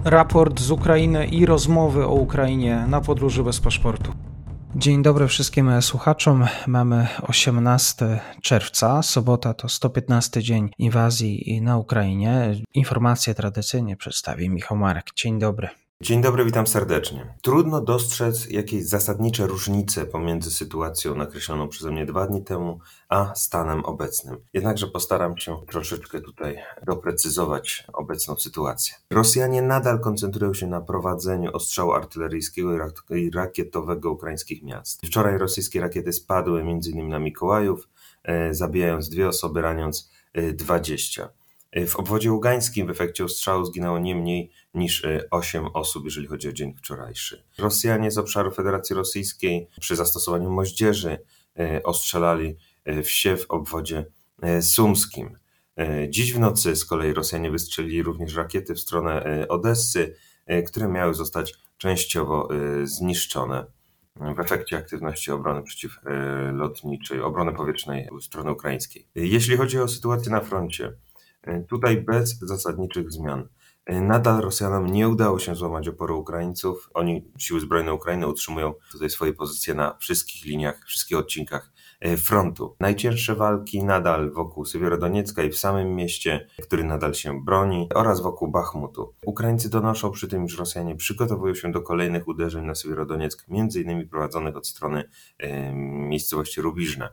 raport z Ukrainy i rozmowy o Ukrainie na podróży bez paszportu. Dzień dobry wszystkim słuchaczom. Mamy 18 czerwca, sobota to 115 dzień inwazji na Ukrainie. Informacje tradycyjnie przedstawi Michał Marek. Dzień dobry. Dzień dobry, witam serdecznie. Trudno dostrzec jakieś zasadnicze różnice pomiędzy sytuacją nakreśloną przeze mnie 2 dni temu, a stanem obecnym. Jednakże postaram się troszeczkę tutaj doprecyzować obecną sytuację. Rosjanie nadal koncentrują się na prowadzeniu ostrzału artyleryjskiego i rakietowego ukraińskich miast. Wczoraj rosyjskie rakiety spadły m.in. na Mikołajów, zabijając 2 osoby, raniąc 20. W obwodzie ługańskim w efekcie ostrzału zginęło nie mniej niż 8 osób, jeżeli chodzi o dzień wczorajszy. Rosjanie z obszaru Federacji Rosyjskiej przy zastosowaniu moździerzy ostrzelali wsie w obwodzie sumskim. Dziś w nocy z kolei Rosjanie wystrzelili również rakiety w stronę Odessy, które miały zostać częściowo zniszczone w efekcie aktywności obrony przeciwlotniczej, obrony powietrznej strony ukraińskiej. Jeśli chodzi o sytuację na froncie, tutaj bez zasadniczych zmian. Nadal Rosjanom nie udało się złamać oporu Ukraińców. Siły zbrojne Ukrainy utrzymują tutaj swoje pozycje na wszystkich liniach, wszystkich odcinkach frontu. Najcięższe walki nadal wokół Siewierodoniecka i w samym mieście, który nadal się broni, oraz wokół Bachmutu. Ukraińcy donoszą przy tym, iż Rosjanie przygotowują się do kolejnych uderzeń na Siewierodonieck, m.in. prowadzonych od strony miejscowości Rubiżne.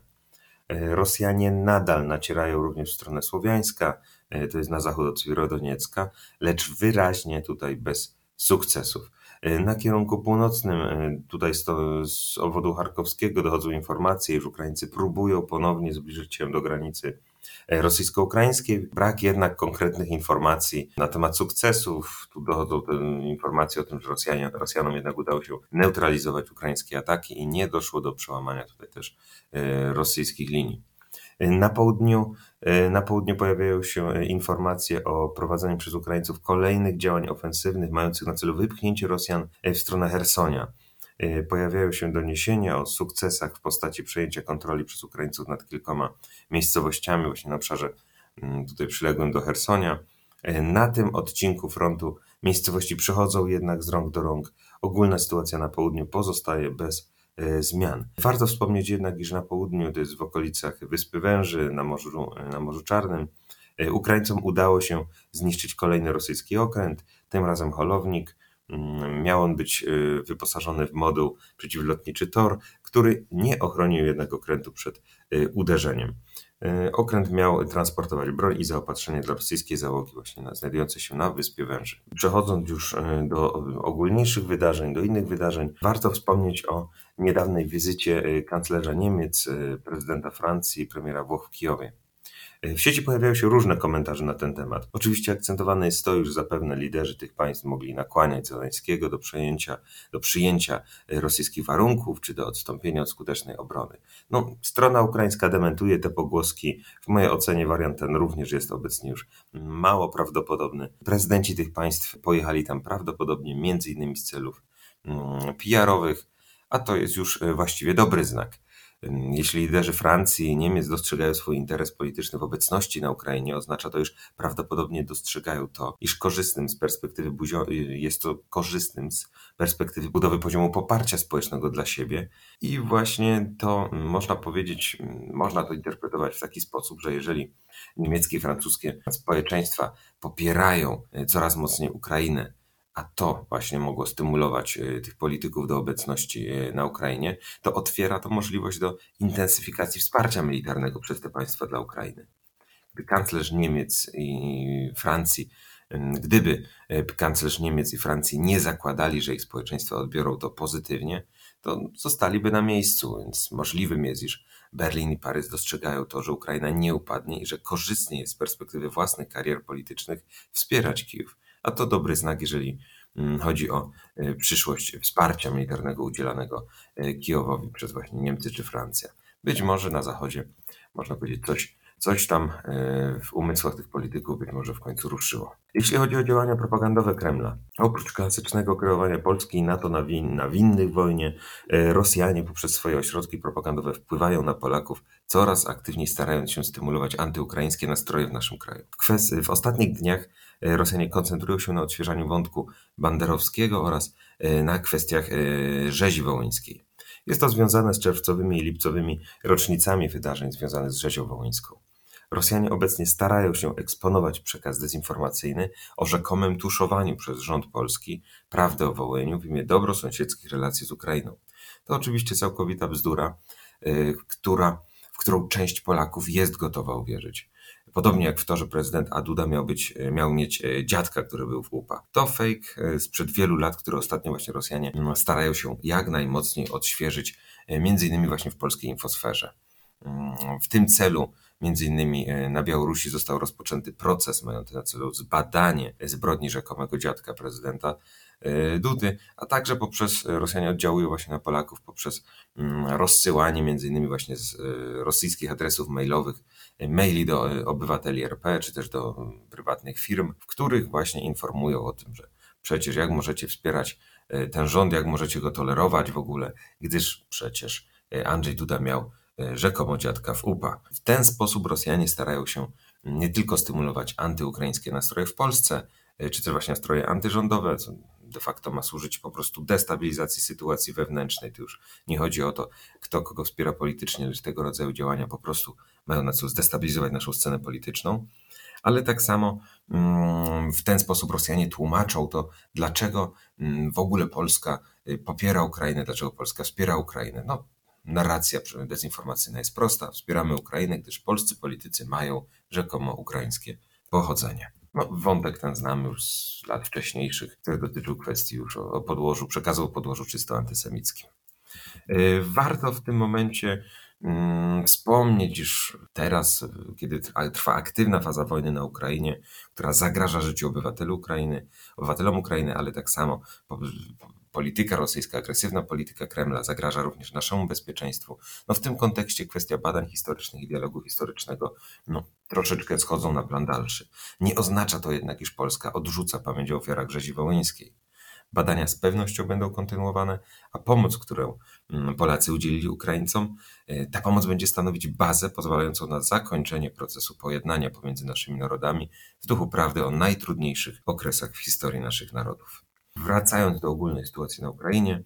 Rosjanie nadal nacierają również w stronę Słowiańska, to jest na zachód od Siewierodoniecka, lecz wyraźnie tutaj bez sukcesów. Na kierunku północnym, tutaj z obwodu charkowskiego dochodzą informacje, iż Ukraińcy próbują ponownie zbliżyć się do granicy rosyjsko-ukraińskiej. Brak jednak konkretnych informacji na temat sukcesów. Tu dochodzą te informacje o tym, że Rosjanom jednak udało się neutralizować ukraińskie ataki i nie doszło do przełamania tutaj też rosyjskich linii. Na południu pojawiają się informacje o prowadzeniu przez Ukraińców kolejnych działań ofensywnych mających na celu wypchnięcie Rosjan w stronę Chersonia. Pojawiają się doniesienia o sukcesach w postaci przejęcia kontroli przez Ukraińców nad kilkoma miejscowościami właśnie na obszarze tutaj przyległym do Chersonia. Na tym odcinku frontu miejscowości przechodzą jednak z rąk do rąk. Ogólna sytuacja na południu pozostaje bez zmian. Warto wspomnieć jednak, iż na południu, to jest w okolicach Wyspy Węży na Morzu Czarnym, Ukraińcom udało się zniszczyć kolejny rosyjski okręt, tym razem holownik. Miał on być wyposażony w moduł przeciwlotniczy Tor, który nie ochronił jednak okrętu przed uderzeniem. Okręt miał transportować broń i zaopatrzenie dla rosyjskiej załogi właśnie znajdującej się na Wyspie Węży. Przechodząc już do ogólniejszych wydarzeń, do innych wydarzeń, warto wspomnieć o niedawnej wizycie kanclerza Niemiec, prezydenta Francji i premiera Włoch w Kijowie. W sieci pojawiają się różne komentarze na ten temat. Oczywiście akcentowane jest to, iż zapewne liderzy tych państw mogli nakłaniać Zełenskiego do przyjęcia rosyjskich warunków, czy do odstąpienia od skutecznej obrony. Strona ukraińska dementuje te pogłoski. W mojej ocenie wariant ten również jest obecnie już mało prawdopodobny. Prezydenci tych państw pojechali tam prawdopodobnie m.in. z celów PR-owych, a to jest już właściwie dobry znak. Jeśli liderzy Francji i Niemiec dostrzegają swój interes polityczny w obecności na Ukrainie, oznacza to, iż prawdopodobnie dostrzegają to, iż jest to korzystnym z perspektywy budowy poziomu poparcia społecznego dla siebie i właśnie to można to interpretować w taki sposób, że jeżeli niemieckie i francuskie społeczeństwa popierają coraz mocniej Ukrainę, a to właśnie mogło stymulować tych polityków do obecności na Ukrainie, to otwiera to możliwość do intensyfikacji wsparcia militarnego przez te państwa dla Ukrainy. Gdyby kanclerz Niemiec i Francji nie zakładali, że ich społeczeństwa odbiorą to pozytywnie, to zostaliby na miejscu, więc możliwym jest, iż Berlin i Paryż dostrzegają to, że Ukraina nie upadnie i że korzystnie jest z perspektywy własnych karier politycznych wspierać Kijów. A to dobry znak, jeżeli chodzi o przyszłość wsparcia militarnego udzielanego Kijowowi przez właśnie Niemcy czy Francja. Być może na Zachodzie można powiedzieć coś tam w umysłach tych polityków być może w końcu ruszyło. Jeśli chodzi o działania propagandowe Kremla, oprócz klasycznego kreowania Polski i NATO na winnych wojnie, Rosjanie poprzez swoje ośrodki propagandowe wpływają na Polaków, coraz aktywniej starając się stymulować antyukraińskie nastroje w naszym kraju. W ostatnich dniach Rosjanie koncentrują się na odświeżaniu wątku banderowskiego oraz na kwestiach rzezi wołyńskiej. Jest to związane z czerwcowymi i lipcowymi rocznicami wydarzeń związanych z rzezią wołyńską. Rosjanie obecnie starają się eksponować przekaz dezinformacyjny o rzekomym tuszowaniu przez rząd polski prawdy o Wołyniu w imię dobrosąsiedzkich relacji z Ukrainą. To oczywiście całkowita bzdura, w którą część Polaków jest gotowa uwierzyć. Podobnie jak w to, że prezydent Duda miał mieć dziadka, który był w UPA. To fake sprzed wielu lat, który ostatnio właśnie Rosjanie starają się jak najmocniej odświeżyć, między innymi właśnie w polskiej infosferze. W tym celu między innymi na Białorusi został rozpoczęty proces mający na celu zbadanie zbrodni rzekomego dziadka prezydenta Dudy, a także Rosjanie oddziałują właśnie na Polaków poprzez rozsyłanie między innymi właśnie z rosyjskich adresów mailowych maili do obywateli RP, czy też do prywatnych firm, w których właśnie informują o tym, że przecież jak możecie wspierać ten rząd, jak możecie go tolerować w ogóle, gdyż przecież Andrzej Duda miał rzekomo dziadka w UPA. W ten sposób Rosjanie starają się nie tylko stymulować antyukraińskie nastroje w Polsce, czy też właśnie nastroje antyrządowe, co de facto ma służyć po prostu destabilizacji sytuacji wewnętrznej. Tu już nie chodzi o to, kto kogo wspiera politycznie, lecz tego rodzaju działania po prostu mają na celu zdestabilizować naszą scenę polityczną. Ale tak samo w ten sposób Rosjanie tłumaczą to, dlaczego w ogóle Polska popiera Ukrainę, dlaczego Polska wspiera Ukrainę. No, narracja dezinformacyjna jest prosta. Wspieramy Ukrainę, gdyż polscy politycy mają rzekomo ukraińskie pochodzenie. No, wątek ten znamy już z lat wcześniejszych, który dotyczył kwestii już przekazu o podłożu czysto antysemickim. Warto w tym momencie wspomnieć, iż teraz, kiedy trwa aktywna faza wojny na Ukrainie, która zagraża życiu obywatelom Ukrainy, ale tak samo polityka rosyjska, agresywna polityka Kremla zagraża również naszemu bezpieczeństwu. No w tym kontekście kwestia badań historycznych i dialogu historycznego troszeczkę schodzą na plan dalszy. Nie oznacza to jednak, iż Polska odrzuca pamięć o ofiarach rzezi wołyńskiej. Badania z pewnością będą kontynuowane, a pomoc, którą Polacy udzielili Ukraińcom, ta pomoc będzie stanowić bazę pozwalającą na zakończenie procesu pojednania pomiędzy naszymi narodami w duchu prawdy o najtrudniejszych okresach w historii naszych narodów. Wracając do ogólnej sytuacji na Ukrainie,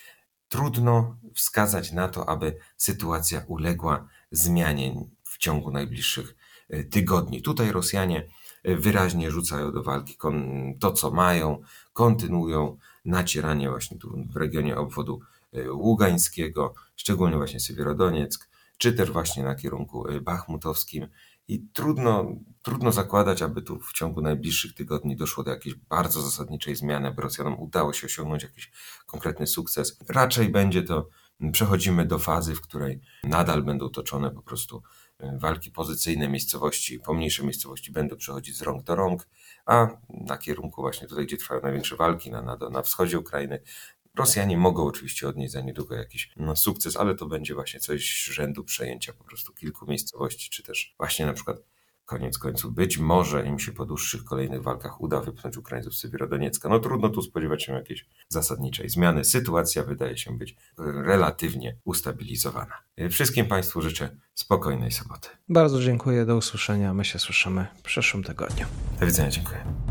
trudno wskazać na to, aby sytuacja uległa zmianie w ciągu najbliższych tygodni. Tutaj Rosjanie wyraźnie rzucają do walki to, co mają, kontynuują nacieranie właśnie tu w regionie obwodu ługańskiego, szczególnie właśnie Siewierodonieck, czy też właśnie na kierunku bachmutowskim. I trudno zakładać, aby tu w ciągu najbliższych tygodni doszło do jakiejś bardzo zasadniczej zmiany, aby Rosjanom udało się osiągnąć jakiś konkretny sukces. Raczej przechodzimy do fazy, w której nadal będą toczone po prostu walki pozycyjne, pomniejsze miejscowości będą przechodzić z rąk do rąk, a na kierunku właśnie tutaj, gdzie trwają największe walki na wschodzie Ukrainy, Rosjanie mogą oczywiście odnieść za niedługo jakiś sukces, ale to będzie właśnie coś rzędu przejęcia po prostu kilku miejscowości, czy też właśnie na przykład koniec końców być może im się po dłuższych kolejnych walkach uda wypchnąć Ukraińców z Siewierodoniecka. No trudno tu spodziewać się jakiejś zasadniczej zmiany. Sytuacja wydaje się być relatywnie ustabilizowana. Wszystkim Państwu życzę spokojnej soboty. Bardzo dziękuję, do usłyszenia. My się słyszymy w przyszłym tygodniu. Do widzenia, dziękuję.